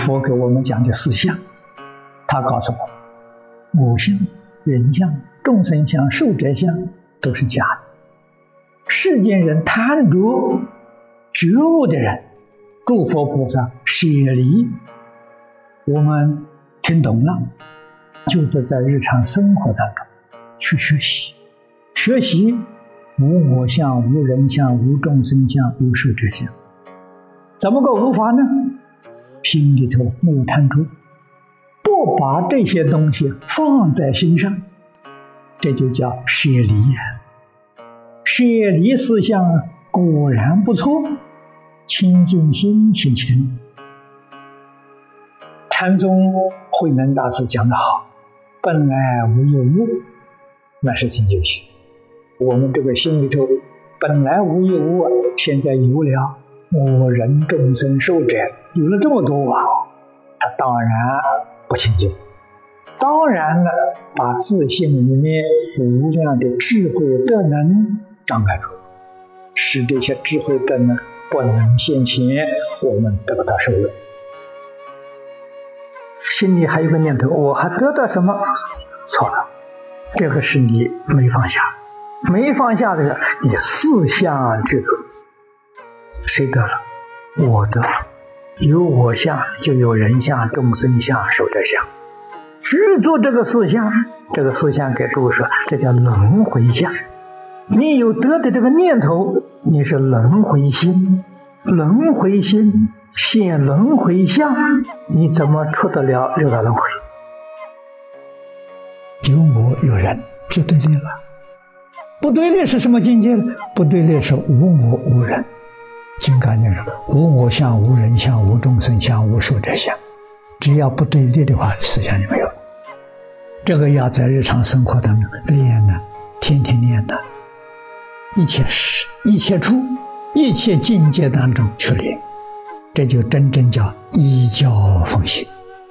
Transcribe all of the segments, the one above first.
佛给我们讲的四相，他告诉我们，我相、人相、众生相、寿者相都是假的。世间人贪着，觉悟的人，诸佛菩萨舍离，我们听懂了，就得在日常生活当中去学习，学习无我相、无人相、无众生相、无寿者相。怎么个无法呢？心里头没有贪着，不把这些东西放在心上，这就叫舍离呀。舍离四相果然不错，清净心现前。禅宗慧能大师讲得好，本来无有物，那是清净心。我们这个心里头本来无一物，现在有了我人众生寿者，有了这么多啊，他当然不清净，当然了，把自信里面无量的智慧德能障碍住，使这些智慧德能不能现前，我们得不到受用。心里还有个念头，我还得到什么？错了，这个是你没放下，没放下的人，你四相具足。谁得了？我得了。有我相，就有人相、众生相、寿者相。具足这个四相，这个四相给诸位说，这叫轮回相。你有得的这个念头，你是轮回心，轮回心现轮回相，你怎么出得了六道轮回？有我有人，就对立了。不对立是什么境界呢？不对立是无我无人。金刚经说，无我相、无人相、无众生相、无寿者相。只要不对立的话，思想就没有。这个要在日常生活当中练呢，天天练的，一切时、一切处、一切境界当中去练，这就真正叫依教奉行。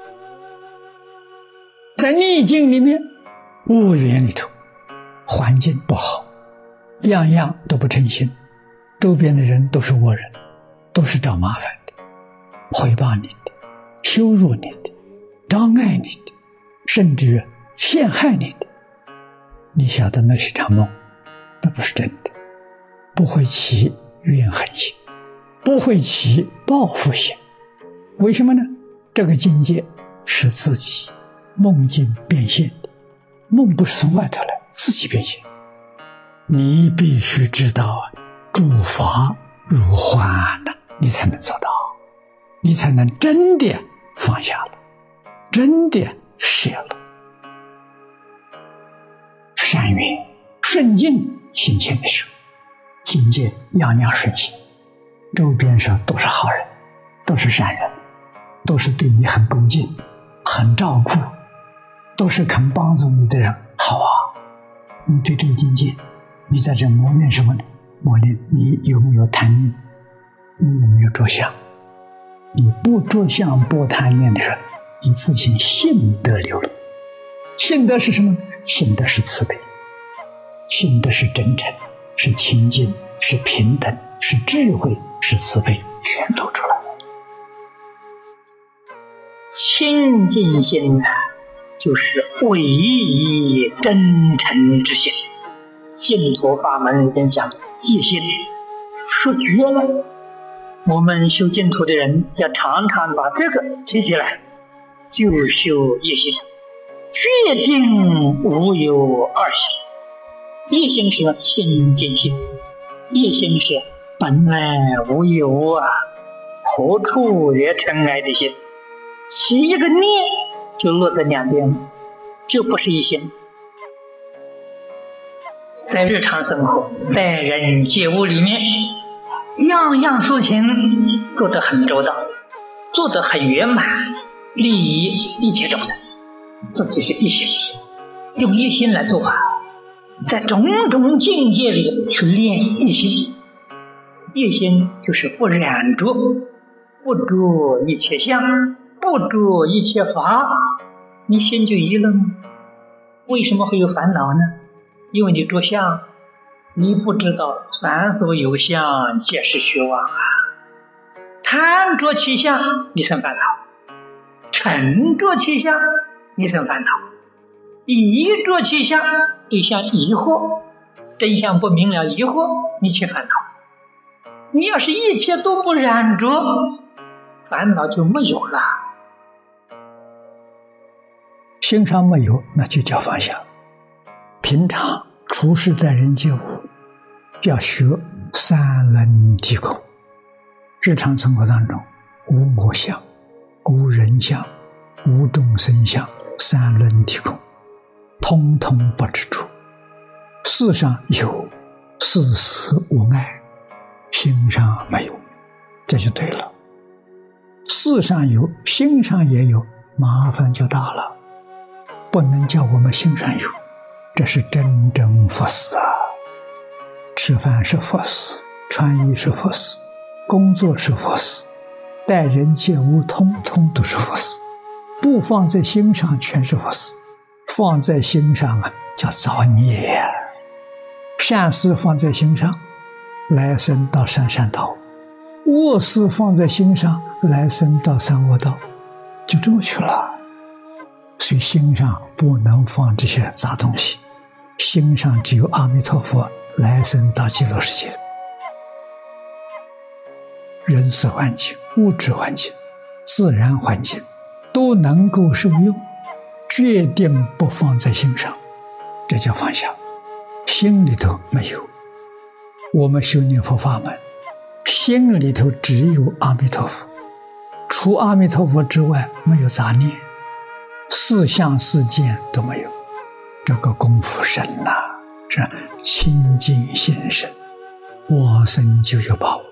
在逆境里面，恶缘里头，环境不好，样样都不称心，周边的人都是恶人，都是找麻烦的，毁谤你的，羞辱你的，障碍你的，甚至陷害你的。你晓得那是场梦，那不是真的，不会起怨恨心，不会起报复心。为什么呢？这个境界是自己梦境变现的，梦不是从外头来，自己变现。你必须知道诸法如幻的，你才能做到，你才能真的放下了，真的舍了。善缘顺境心前的时候，境界样样顺心，周边上都是好人，都是善人，都是对你很恭敬、很照顾，都是肯帮助你的人。好啊，你对这个境界，你在这磨练什么呢？磨练你有没有贪念，你有没有着相。你不着相不贪念的人，你自信性德流露。性德是什么？性德是慈悲，性德是真诚，是清净，是平等，是智慧，是慈悲，全露出来。清净心就是唯一真诚之心。净土法门里面讲一心，说绝了。我们修净土的人要常常把这个提起来，就修一心，决定无有二心。一心是清净心，一心是本来无有啊，何处惹尘埃的心。起一个念就落在两边，就不是一心。在日常生活、待人接物里面，样样事情做得很周到，做得很圆满，利益一切众生。自己是一心，用一心来做法，在种种境界里去练一心。一心就是不染着，不着一切相，不着一切法，你心就一了吗？为什么会有烦恼呢？因为你着相，你不知道凡所有相，皆是虚妄啊。贪着其相，你生烦恼； 乘着其相，你生烦恼；依着其相，对象疑惑，真相不明了，疑惑，你起烦恼。你要是一切都不染着，烦恼就没有了。心上没有，那就叫放下。平常处事待人接物，要学三轮体空。日常生活当中，无我相、无人相、无众生相，三轮体空，通通不执着。事上有，事事无碍，心上没有，这就对了。事上有，心上也有，麻烦就大了。不能叫我们心上有，这是真正佛事啊！吃饭是佛事，穿衣是佛事，工作是佛事，待人接物通通都是佛事。不放在心上全是佛事，放在心上啊，叫造孽啊！善事放在心上，来生到三善道；恶事放在心上，来生到三恶道，就这么去了。所以心上不能放这些杂东西，心上只有阿弥陀佛，来生到极乐世界。人事环境、物质环境、自然环境都能够受用，决定不放在心上，这叫放下。心里头没有，我们修念佛法门，心里头只有阿弥陀佛，除阿弥陀佛之外没有杂念，四相四见都没有，这个功夫深呐，是清净心深，往生就有把握。